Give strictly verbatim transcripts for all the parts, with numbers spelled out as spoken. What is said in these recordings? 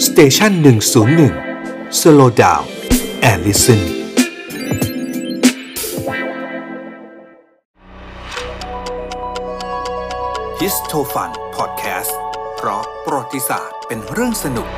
สเตชันหนึ่งศูนย์หนึ่ง Slow Down and Listenฮิสโทฟันพอดแคสต์เพราะประวัติศาสตร์เป็นเรื่องสนุก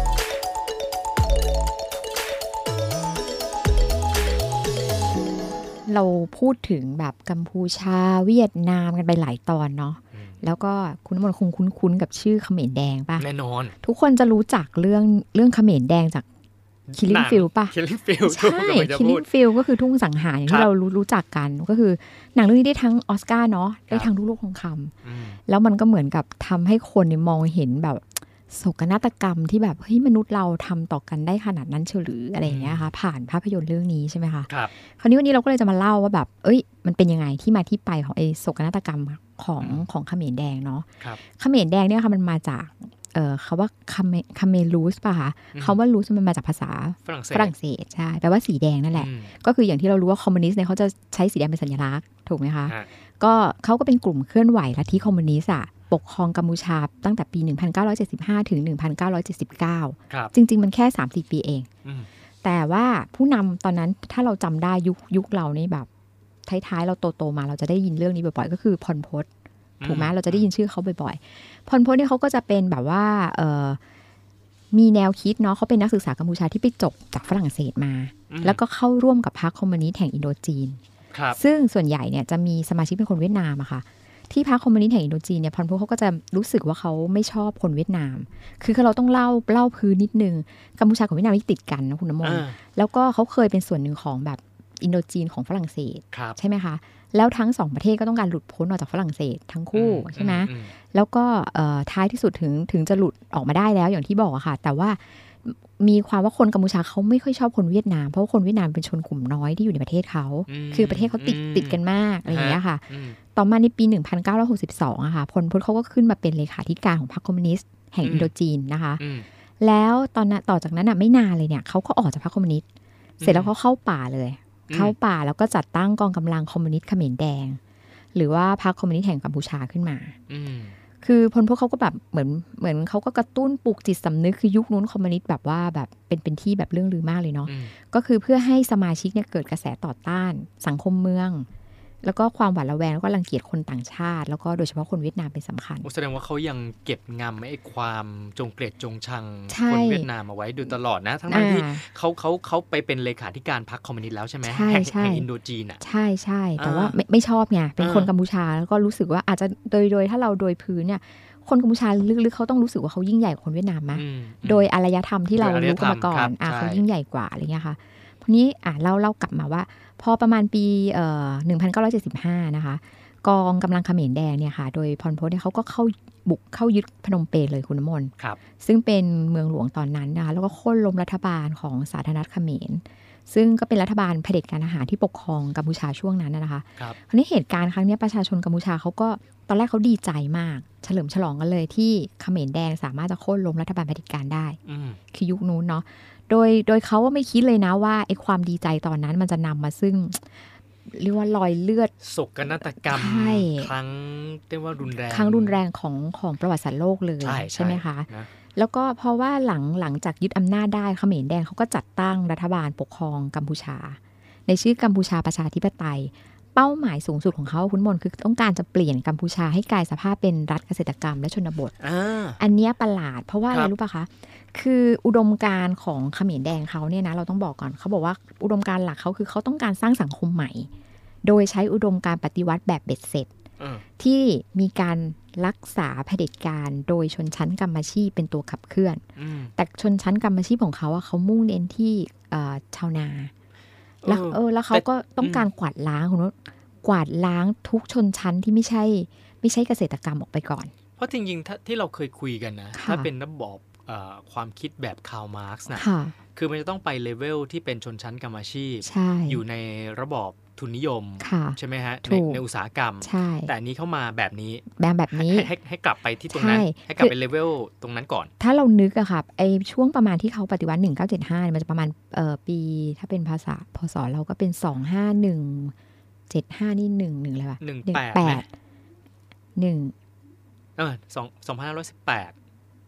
เราพูดถึงแบบกัมพูชาเวียดนามกันไปหลายตอนเนาะแล้วก็คุณน้ำมนต์คงคุ้นๆกับชื่อเขมรแดงป่ะแน่นอนทุกคนจะรู้จักเรื่องเรื่องเขมรแดงจาก Killing Field ป่ะ Killing Field ใช่ Killing Field ก็คือทุ่งสังหารอย่างที่เรารู้รู้จักกันก็คือหนังเรื่องนี้ได้ทั้งออสการ์เนาะได้ทั้งลูกโลกทองคำแล้วมันก็เหมือนกับทำให้คนมองเห็นแบบโศกนาฏกรรมที่แบบเฮ้ยมนุษย์เราทำต่อกันได้ขนาดนั้นเชียวหรืออะไรอย่างเงี้ยค่ะผ่านภาพยนตร์เรื่องนี้ใช่ไหมคะครับคราวนี้วันนี้เราก็เลยจะมาเล่าว่าแบบเอ้ยมันเป็นยังไงที่มาที่ไปของไอ้โศกนาฏกรรมของของเขมรแดงเนาะเขมรแดงเนี่ยค่ะมันมาจากเอ่อคำว่าคาเมคาเมรูสป่ะคะคำว่ารูสมันมาจากภาษาฝรั่งเศสใช่แปลว่าสีแดงนั่นแหละก็คืออย่างที่เรารู้ว่าคอมมิวนิสต์เนี่ยเขาจะใช้สีแดงเป็นสัญลักษณ์ถูกไหมคะก็เขาก็เป็นกลุ่มเคลื่อนไหวลัทธิคอมมิวนิสต์อะปกครองกัมพูชาตั้งแต่ปี หนึ่งพันเก้าร้อยเจ็ดสิบห้า ถึง หนึ่งพันเก้าร้อยเจ็ดสิบเก้า จริงๆมันแค่ สามถึงสี่ ปีเองแต่ว่าผู้นำตอนนั้นถ้าเราจำได้ยุคยุคเรานี่แบบท้ายๆเราโตๆมาเราจะได้ยินเรื่องนี้บ่อยๆก็คือพลพศถูกไหมเราจะได้ยินชื่อเขาบ่อยๆพลพศเนี่ยเขาก็จะเป็นแบบว่าเอ่อมีแนวคิดเนาะเขาเป็นนักศึกษากัมพูชาที่ไปจบจากฝรั่งเศสมาแล้วก็เข้าร่วมกับพรรคคอมมิวนิสต์แห่งอินโดจีนซึ่งส่วนใหญ่เนี่ยจะมีสมาชิกเป็นคนเวียดนามอะค่ะที่พรรคคอมมิวนิสต์แห่งอินโดจีนเนี่ยพลพศเขาก็จะรู้สึกว่าเขาไม่ชอบคนเวียดนามคือเราต้องเล่าเล่าพื้นนิดนึงกัมพูชากับเวียดนามที่ติดกันนะคุณน้ำมนต์แล้วก็เขาเคยเป็นส่วนหนึ่งของแบบอินโดจีนของฝรั่งเศสใช่ไหมคะแล้วทั้งสองประเทศก็ต้องการหลุดพ้นออกจากฝรั่งเศสทั้งคู่ใช่ไหมแล้วก็ท้ายที่สุดถึงถึงจะหลุดออกมาได้แล้วอย่างที่บอกอะค่ะแต่ว่ามีความว่าคนกัมพูชาเขาไม่ค่อยชอบคนเวียดนามเพราะว่าคนเวียดนามเป็นชนกลุ่มน้อยที่อยู่ในประเทศเขาคือประเทศเขาติดติดกันมากอะไรอย่างเงี้ยค่ะต่อมาในปีหนึ่งพันเก้าร้อยหกสิบสองอะค่ะพลพศเขาก็ขึ้นมาเป็นเลขาธิการของพรรคคอมมิวนิสต์แห่งอินโดจีนนะคะแล้วตอนนั้นต่อจากนั้นอะไม่นานเลยเนี่ยเขาก็ออกจากพรรคคอมมิวนิสต์เสร็จแล้วเขาเข้าป่าเลยเข้าป่าแล้วก็จัดตั้งกองกำลังคอมมิวนิสต์เขมรแดงหรือว่าพรรคคอมมิวนิสต์แห่งกัมพูชาขึ้นมาคือพลพศเขาก็แบบเหมือนเหมือนเขาก็กระตุ้นปลุกจิตสำนึกคือยุคนู้นคอมมิวนิสต์แบบว่าแบบเป็นเป็นที่แบบเรื่องลือมากเลยเนาะก็คือเพื่อให้สมาชิกเนี่ยเกิดกระแสต่อต้านสังคมเมืองแล้วก็ความหวาดระแวงแล้วก็รังเกียจคนต่างชาติแล้วก็โดยเฉพาะคนเวียดนามเป็นสำคัญแสดงว่าเขายังเก็บงำไอ้ความจงเกลียดจงชังคนเวียดนามเอาไว้ดูตลอดนะทั้งที่เขาเขาเขาไปเป็นเลขาธิการพรรคคอมมิวนิสต์แล้วใช่ไหมแห่งแห่งอินโดจีนอ่ะใช่ใช่แต่ว่าไม่ไม่ชอบไงเป็นคนกัมพูชาแล้วก็รู้สึกว่าอาจจะโดยโดยถ้าเราโดยพื้นเนี่ยคนกัมพูชาลึกๆเขาต้องรู้สึกว่าเขายิ่งใหญ่กว่าคนเวียดนามมั้ยโดยอารยธรรมที่เรารู้กันมาก่อนอ่ะเขายิ่งใหญ่กว่าอะไรเงี้ยค่ะทีนี้อ่ะเล่าเล่ากลับมาว่าพอประมาณปีเอ่อหนึ่งพันเก้าร้อยเจ็ดสิบห้านะคะกองกำลังเขมรแดงเนี่ยค่ะโดยพลพศเนี่ยเขาก็เข้าบุกเข้ายึดพนมเปญเลยคุณน้ำมนต์ซึ่งเป็นเมืองหลวงตอนนั้นนะคะแล้วก็โค่นล้มรัฐบาลของสาธารณรัฐเขมรซึ่งก็เป็นรัฐบาลเผด็จการทหารที่ปกครองกัมพูชาช่วงนั้นนะคะคราวนี้เหตุการณ์ครั้งนี้ประชาชนกัมพูชาเขาก็ตอนแรกเขาดีใจมากเฉลิมฉลองกันเลยที่เขมรแดงสามารถจะโค่นล้มรัฐบาลเผด็จการได้คือยุคนู้นเนาะโดยโดยเขาก็ไม่คิดเลยนะว่าไอ้ความดีใจตอนนั้นมันจะนำมาซึ่งเรียกว่ารอยเลือดโศกนาฏกรรมครั้งเรียกว่ารุนแรงครั้งรุนแรงของของประวัติศาสตร์โลกเลยใช่ไหมคะแล้วก็เพราะว่าหลังหลังจากยึดอำนาจได้เขมรแดงเขาก็จัดตั้งรัฐบาลปกครองกัมพูชาในชื่อกัมพูชาประชาธิปไตยเป้าหมายสูงสุดของเขาคุณมนต์คือต้องการจะเปลี่ยนกัมพูชาให้กลายสภาพเป็นรัฐเกษตรกรรมและชนบท อ, อันนี้ประหลาดเพราะว่าอะไรรู้ป่ะคะคืออุดมการณ์ของเขมรแดงเขาเนี่ยนะเราต้องบอกก่อนเขาบอกว่าอุดมการณ์หลักเขาคือเขาต้องการสร้างสังคมใหม่โดยใช้อุดมการณ์ปฏิวัติแบบเบ็ดเสร็จที่มีการรักษาเผด็จการโดยชนชั้นกรรมอาชีพเป็นตัวขับเคลื่อนแต่ชนชั้นกรรมอาชีพของเขาอะเขามุ่งเน้นที่ชาวนาแล้วเออแล้วเขาก็ต้องการกวาดล้างคุณว่ากวาดล้างทุกชนชั้นที่ไม่ใช่ไม่ใช่เกษตรกรรมออกไปก่อนเพราะจริงๆที่เราเคยคุยกันนะถ้าเป็นระบอบความคิดแบบคาร์ลมาร์กซ์นะคือมันจะต้องไปเลเวลที่เป็นชนชั้นกรรมอาชีพอยู่ในระบอบทุนนิยมใช่ไหมฮะ ใน, ในอุตสาหกรรมแต่อันนี้เข้ามาแบบนี้แบบแบบนี้ให้, ให้, ให้กลับไปที่ตรงนั้น ให้กลับไปเลเวลตรงนั้นก่อนถ้าเรานึกอะค่ะไอช่วงประมาณที่เขาปฏิวัติหนึ่งพันเก้าร้อยเจ็ดสิบห้ามันจะประมาณเอ่อปีถ้าเป็นภาษาพศเราก็เป็นสองพันห้าร้อยสิบเจ็ดห้านี่หนึ่ง หนึ่งอะไรวะหนึ่งแปดหนึ่งเออสองพันห้าร้อยสิบแปด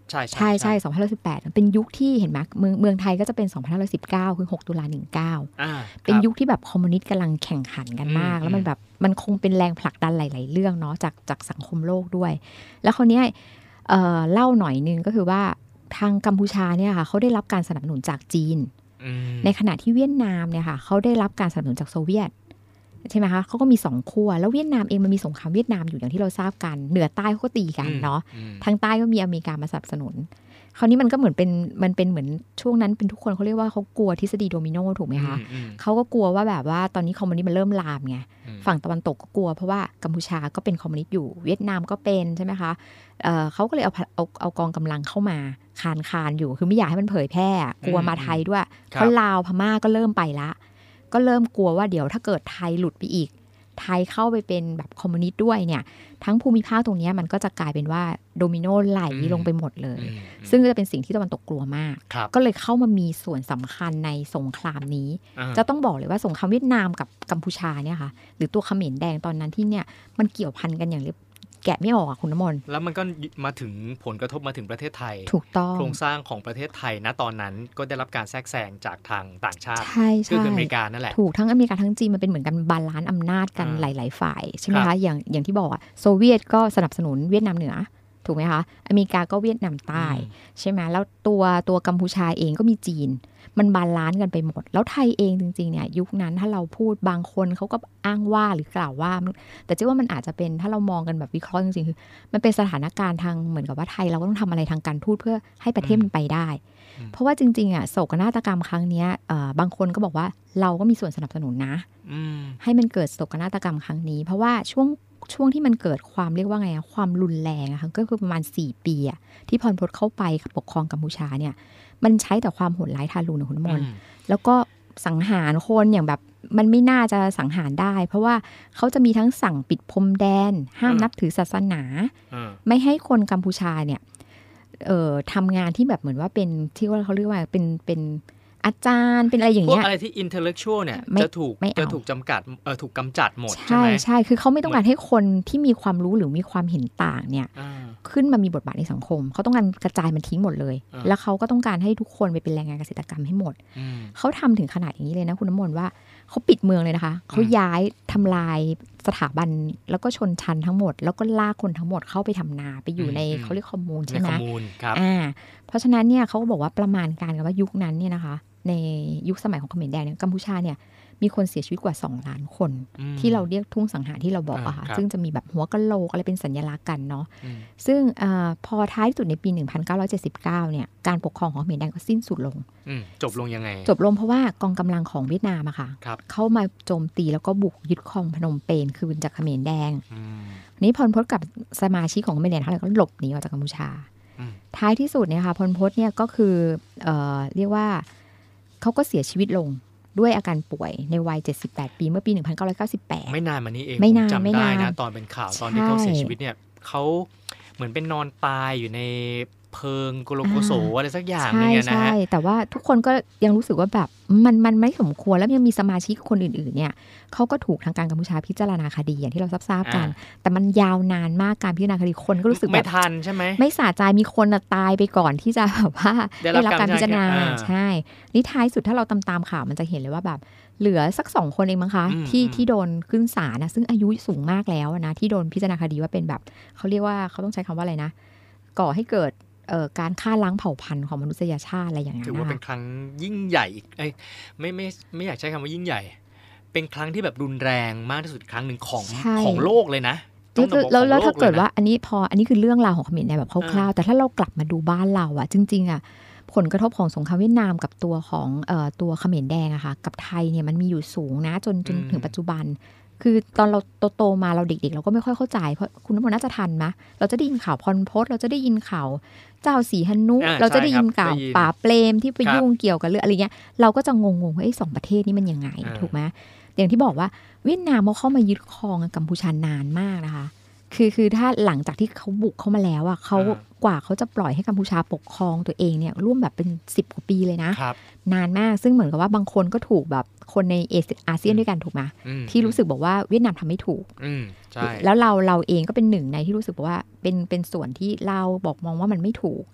ใช่ใช่ใช่สองพันห้าร้อยสิบแปดเป็นยุคที่เห็นไหมเมืองเมืองไทยก็จะเป็นสองพันห้าร้อยสิบเก้าคือหกตุลาสิบเก้าอ่าเป็นยุคที่แบบคอมมิวนิสต์กำลังแข่งขันกันมากแล้วมันแบบมันคงเป็นแรงผลักดันหลายๆเรื่องเนาะจากจากสังคมโลกด้วยแล้วคราวนี้เอ่อเล่าหน่อยนึงก็คือว่าทางกัมพูชาเนี่ยค่ะเขาได้รับการสนับสนุนจากจีนในขณะที่เวียดนามเนี่ยค่ะเขาได้รับการสนับสนุนจากโซเวียตใช่ไหมคะเขาก็มีสองขั้วแล้วเวียดนามเองมันมีสงครามเวียดนามอยู่อย่างที่เราทราบกันเหนือใต้เขาก็ตีกันเนาะทางใต้ก็มีอเมริกามาสนับสนุนคราวนี้มันก็เหมือนเป็นมันเป็นเหมือนช่วงนั้นเป็นทุกคนเขาเรียกว่าเขากลัวทฤษฎีโดมิโนถูกไหมคะเขาก็กลัวว่าแบบว่าตอนนี้คอมมิวนิสต์มันเริ่มลามไงฝั่งตะวันตกก็กลัวเพราะว่ากัมพูชาก็เป็นคอมมิวนิสต์อยู่เวียดนามก็เป็นใช่ไหมคะ เอ่อเขาก็เลยเอาเอาเอากองกำลังเข้ามาคานคานอยู่คือไม่อยากให้มันเผยแพร่กลัวมาไทยด้วยเพราะลาวพม่าก็เริ่มไปละก็เริ่มกลัวว่าเดี๋ยวถ้าเกิดไทยหลุดไปอีกไทยเข้าไปเป็นแบบคอมมิวนิสต์ด้วยเนี่ยทั้งภูมิภาคตรงนี้มันก็จะกลายเป็นว่าโดมิโนไหลลงไปหมดเลยซึ่งจะเป็นสิ่งที่ตะวันตกกลัวมากก็เลยเข้ามามีส่วนสำคัญในสงครามนี้จะต้องบอกเลยว่าสงครามเวียดนามกับกัมพูชาเนี่ยค่ะหรือตัวเขมรแดงตอนนั้นที่เนี่ยมันเกี่ยวพันกันอย่างแกะไม่ออกอ่ะคุณน้ำมนต์แล้วมันก็มาถึงผลกระทบมาถึงประเทศไทยถูกต้องโครงสร้างของประเทศไทยณตอนนั้นก็ได้รับการแทรกแซงจากทางต่างชาติใช่ก็คืออเมริกานั่นแหละถูกทั้งอเมริกาทั้งจีนมันเป็นเหมือนกันบาลานซ์อำนาจกันหลายๆฝ่ายใช่ไหมคะอย่างอย่างที่บอกอ่ะโซเวียตก็สนับสนุนเวียดนามเหนือถูกไหมคะอเมริกาก็เวียดนามใต้ใช่ไหมแล้วตัวตัวกัมพูชาเองก็มีจีนมันบาลานซ์กันไปหมดแล้วไทยเองจริงๆเนี่ยยุคนั้นถ้าเราพูดบางคนเขาก็อ้างว่าหรือกล่าวว่าแต่เชื่อว่ามันอาจจะเป็นถ้าเรามองกันแบบวิเคราะห์จริงๆคือมันเป็นสถานการณ์ทางเหมือนกับว่าไทยเราก็ต้องทำอะไรทางการทูตเพื่อให้ประเทศมันไปได้เพราะว่าจริงๆอ่ะโศกนาฏกรรมครั้งนี้บางคนก็บอกว่าเราก็มีส่วนสนับสนุนนะให้มันเกิดโศกนาฏกรรมครั้งนี้เพราะว่าช่วงช่วงที่มันเกิดความเรียกว่าไงอะความรุนแรงอะค่ะก็คือประมาณสี่ปีอะที่พรพตเข้าไปปกครองกัมพูชาเนี่ยมันใช้แต่ความโหดร้ายทารุณนะคุณน้ำมนต์แล้วก็สังหารคนอย่างแบบมันไม่น่าจะสังหารได้เพราะว่าเขาจะมีทั้งสั่งปิดพรมแดนห้ามนับถือศาสนาไม่ให้คนกัมพูชาเนี่ยเอ่อทำงานที่แบบเหมือนว่าเป็นที่ว่าเขาเรียกว่าเป็นเป็นอาจารย์เป็นอะไรอย่างเงี้ยพวกอะไรที่ intellectual เนี่ยจะถูกจะถูกจำกัดเออถูกกำจัดหมดใช่ไหมใช่คือเขาไม่ต้องการให้คนที่มีความรู้หรือมีความเห็นต่างเนี่ยขึ้นมามีบทบาทในสังคมเขาต้องการกระจายมันทิ้งหมดเลยแล้วเขาก็ต้องการให้ทุกคนไปเป็นแรงงานเกษตรกรรมให้หมดเขาทำถึงขนาดอย่างนี้เลยนะคุณน้ำมนต์ว่าเขาปิดเมืองเลยนะคะเขาย้ายทำลายสถาบันแล้วก็ชนชั้นทั้งหมดแล้วก็ลากคนทั้งหมดเข้าไปทำนาไปอยู่ในเขาเรียกคอมมูนใช่ไหมอ่าเพราะฉะนั้นเนี่ยเขาก็บอกว่าประมาณการกันว่ายุคนั้นเนี่ยนะคะในยุคสมัยของเขมรแดงเนี่ยกัมพูชาเนี่ยมีคนเสียชีวิตกว่าสองล้านคนที่เราเรียกทุ่งสังหารที่เราบอกอะค่ะซึ่งจะมีแบบหัวกะโหลกอะไรเป็นสัญลักษณ์กันเนาะซึ่งอพอท้ายสุดในปีหนึ่งพันเก้าร้อยเจ็ดสิบเก้าเนี่ยการปกครองของเขมรแดงก็สิ้นสุดลงจบลงยังไงจบลงเพราะว่ากองกำลังของเวียดนามอะค่ะเข้ามาโจมตีแล้วก็บุกยึดครองพนมเปญคืนจากเขมรแดงนี้พลพตกับสมาชิกของเขมรแดงทั้งหลายก็หลบหนีออกจากกัมพูชาท้ายที่สุดเนี่ยค่ะพลพตเนี่ยก็คือเอ่อเรียกว่าเขาก็เสียชีวิตลงด้วยอาการป่วยในวัยเจ็ดสิบแปดปีเมื่อปีหนึ่งพันเก้าร้อยเก้าสิบแปดไม่นานมานี้เองผมจำได้นะตอนเป็นข่าวตอนที่เขาเสียชีวิตเนี่ยเขาเหมือนเป็นนอนตายอยู่ในเพิงโกโลโกโสอะไรสักอย่างนึงนะฮะใช่แต่ว่าทุกคนก็ยังรู้สึกว่าแบบมันมันไม่สมควรแล้วยังมีสมาชิกคนอื่นๆเนี่ยเขาก็ถูกทางการกัมพูชาพิจารณาคดีอย่างที่เราทราบๆกันแต่มันยาวนานมากการพิจารณาคดีคนก็รู้สึกแบบไม่ทันใช่ไหมไม่สะใจมีคนตายไปก่อนที่จะแบบว่าได้รับการพิจารณาใช่นี่ท้ายสุดถ้าเราตามตามข่าวมันจะเห็นเลยว่าแบบเหลือสักสองคนเองมั้งคะที่ที่โดนขึ้นศาลนะซึ่งอายุสูงมากแล้วนะที่โดนพิจารณาคดีว่าเป็นแบบเขาเรียกว่าเขาต้องใช้คำว่าอะไรนะก่อให้เกิดการฆ่าล้างเผ่าพันธุ์ของมนุษยชาติอะไรอย่างเงี้ยถือว่าเป็นครั้งยิ่งใหญ่เอ้ยไม่ไม่ไม่อยากใช้คำว่ายิ่งใหญ่เป็นครั้งที่แบบรุนแรงมากที่สุดครั้งหนึ่งของของโลกเลยนะแล้วแล้วถ้าเกิดว่าอันนี้พออันนี้คือเรื่องราวของเขมรในแบบคร่าวๆแต่ถ้าเรากลับมาดูบ้านเราอะจริงๆอะผลกระทบของสงครามเวียดนามกับตัวของเอ่อตัวเขมรแดงอะค่ะกับไทยเนี่ยมันมีอยู่สูงนะจนจนถึงปัจจุบันคือตอนเราโตๆมาเราเด็กๆเราก็ไม่ค่อยเข้าใจเพราะคุณน้ำมนต์น่าจะทันไหมเราจะได้ยินข่าวพรพตเราจะได้ยินข่าวเจ้าสีหนุเราจะได้ยินข่าวป่าเปรมที่ไปยุ่งเกี่ยวกับเรื่องอะไรเงี้ยเราก็จะงงๆว่าไอ้สองประเทศนี้มันยังไงถูกไหมอย่างที่บอกว่าเวียดนามเขาเข้ามายึดครองกัมพูชานานมากนะคะคือคือถ้าหลังจากที่เขาบุกเข้ามาแล้วอ่ะเขากว่าเขาจะปล่อยให้กัมพูชาปกครองตัวเองเนี่ยร่วมแบบเป็นสิบกว่าปีเลยนะนานมากซึ่งเหมือนกับว่าบางคนก็ถูกแบบคนในอาเซียนด้วยกันถูกไหมที่รู้สึกบอกว่าเวียดนามทำไม่ถูกใช่แล้วเราเราเองก็เป็นหนึ่งในที่รู้สึกบอกว่าเป็นเป็นส่วนที่เราบอกมองว่ามันไม่ถูก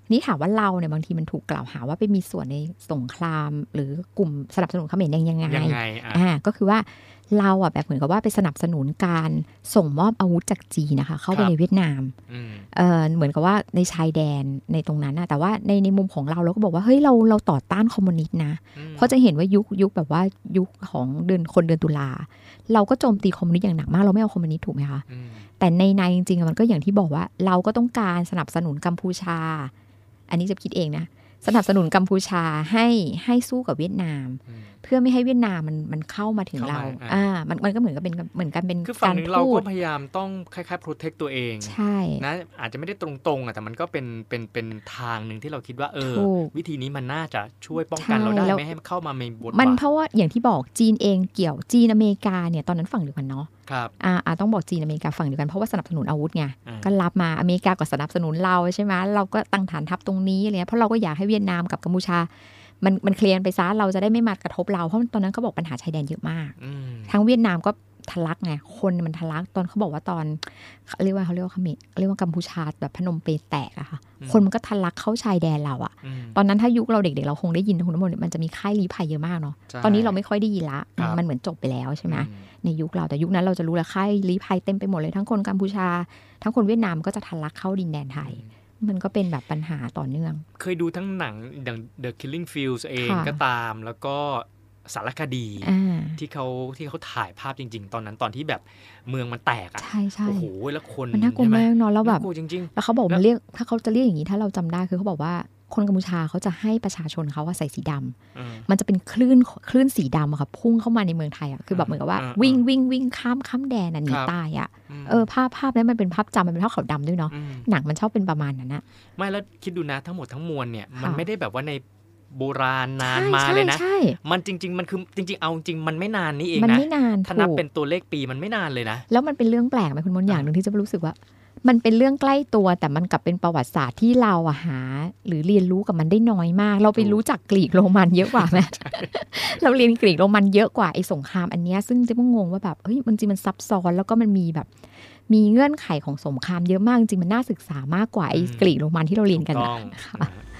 นี่ถามว่าเราเนี่ยบางทีมันถูกกล่าวหาว่าไปมีส่วนในสงครามหรือกลุ่มสนับสนุนเขมรแดงยังไงยังไงอ่าก็คือว่าเราอ่ะแบบเหมือนกับว่าไปสนับสนุนการส่งมอบอาวุธจากจีนนะคะเข้าไปในเวียดนามเออเหมือนกับว่าในชายแดนในตรงนั้นนะแต่ว่าในในมุมของเราเราก็บอกว่าเฮ้ยเราเราต่อต้านคอมมิวนิสต์นะเพราะจะเห็นว่ายุคยุคแบบว่ายุคของเดือนคนเดือนตุลาเราก็โจมตีคอมมิวนิสต์อย่างหนักมากเราไม่เอาคอมมิวนิสต์ถูกไหมคะแต่ในในจริงๆมันก็อย่างที่บอกว่าเราก็ต้องการสนับสนุนกัมพูชาอันนี้จะคิดเองนะสนับสนุนกัมพูชาให้ให้สู้กับเวียดนามเพื่อไม่ให้เวียดนามมันมันเข้ามาถึงเราอ่ามันมันก็เหมือนกับเป็นเหมือนกันเป็นคือฝั่งนึงเราก็พยายามต้องคล้ายๆ protect ตัวเองใช่นะอาจจะไม่ได้ตรงๆอ่ะแต่มันก็เป็นเป็นเป็นทางนึงที่เราคิดว่าเออวิธีนี้มันน่าจะช่วยป้องกันเราได้ไม่ให้มันเข้ามาในบทบาทมันเพราะว่าอย่างที่บอกจีนเองเกี่ยวจีนอเมริกาเนี่ยตอนนั้นฝั่งเดียวกันเนาะครับอ่าต้องบอกจีนอเมริกาฝั่งเดียวกันเพราะว่าสนับสนุนอาวุธไงก็รับมาอเมริกาก็สนับสนุนเราใช่ไหมเราก็ตั้งฐานทัพตรงนี้อะไรเงี้ยเพราะเราก็อยากให้เวียดนามกับกัมพูชามันมันเคลียร์ไปซะเราจะได้ไม่มากระทบเราเพราะตอนนั้นเขาบอกปัญหาชายแดนเยอะมากทั้งเวียดนามก็ทะลักไงคนมันทะลักตอนเขาบอกว่าตอนเรียกว่าเขาเรียกว่าเขมรเรียกว่ากัมพูชาแบบพนมเปญแตกอะค่ะคนมันก็ทะลักเข้าชายแดนเราอะตอนนั้นถ้ายุคเราเด็กๆเราคงได้ยินคุณน้ำมนต์มันจะมีค่ายลี้ภัยเยอะมากเนาะตอนนี้เราไม่ค่อยได้ยินละมันเหมือนจบไปแล้วใช่ไหมในยุคเราแต่ยุคนั้นเราจะรู้แล้วค่ายลี้ภัยเต็มไปหมดเลยทั้งคนกัมพูชาทั้งคนเวียดนามก็จะทะลักเข้าดินแดนไทยมันก็เป็นแบบปัญหาต่อเนื่องเคยดูทั้งหนังอย่าง The Killing Fields เองก็ตามแล้วก็สารคดีที่เขาที่เขาถ่ายภาพจริงๆตอนนั้นตอนที่แบบเมืองมันแตกอ่ะใช่ใช่โอ้โหแล้วคนมันน่ากลัวมากเนาะแล้วแบบจริงๆแล้วเขาบอกมันเรียกถ้าเขาจะเรียกอย่างนี้ถ้าเราจำได้คือเขาบอกว่าคนกัมพูชาเขาจะให้ประชาชนเขาว่าใส่สีดำมันจะเป็นคลื่นคลื่นสีดำอะค่ะพุ่งเข้ามาในเมืองไทยอะคือแบบเหมือนกับว่าวิ่งวิ่งวิ่งข้ามข้ามแดนหนีตายอะเออภาพภาพนั้นมันเป็นภาพจำมันเป็นภาพขาวดำด้วยเนาะหนังมันชอบเป็นประมาณนั้นนะไม่แล้วคิดดูนะทั้งหมดทั้งมวลเนี่ยมันไม่ได้แบบว่าในโบราณนานมาเลยนะมันจริงๆมันคือจริงๆเอาจริงมันไม่นานนี้เองนะมันไม่นานถ้านับเป็นตัวเลขปีมันไม่นานเลยนะแล้วมันเป็นเรื่องแปลกไหมคุณมนต์อย่างนึงที่จะรู้สึกว่ามันเป็นเรื่องใกล้ตัวแต่มันกลับเป็นประวัติศาสตร์ที่เราอะหาหรือเรียนรู้กับมันได้น้อยมากเราไปรู้จักกรีกโรมันเยอะกว่าไหม เราเรียนกรีกโรมันเยอะกว่าไอ้สงครามอันนี้ซึ่งจะก็งงว่าแบบเฮ้ยมันจริงมันซับซ้อนแล้วก็มันมีแบบมีเงื่อนไขของสงครามเยอะมากจริงมันน่าศึกษามากกว่าไอ้กรีกโรมันที่เราเรียนกันนะคะ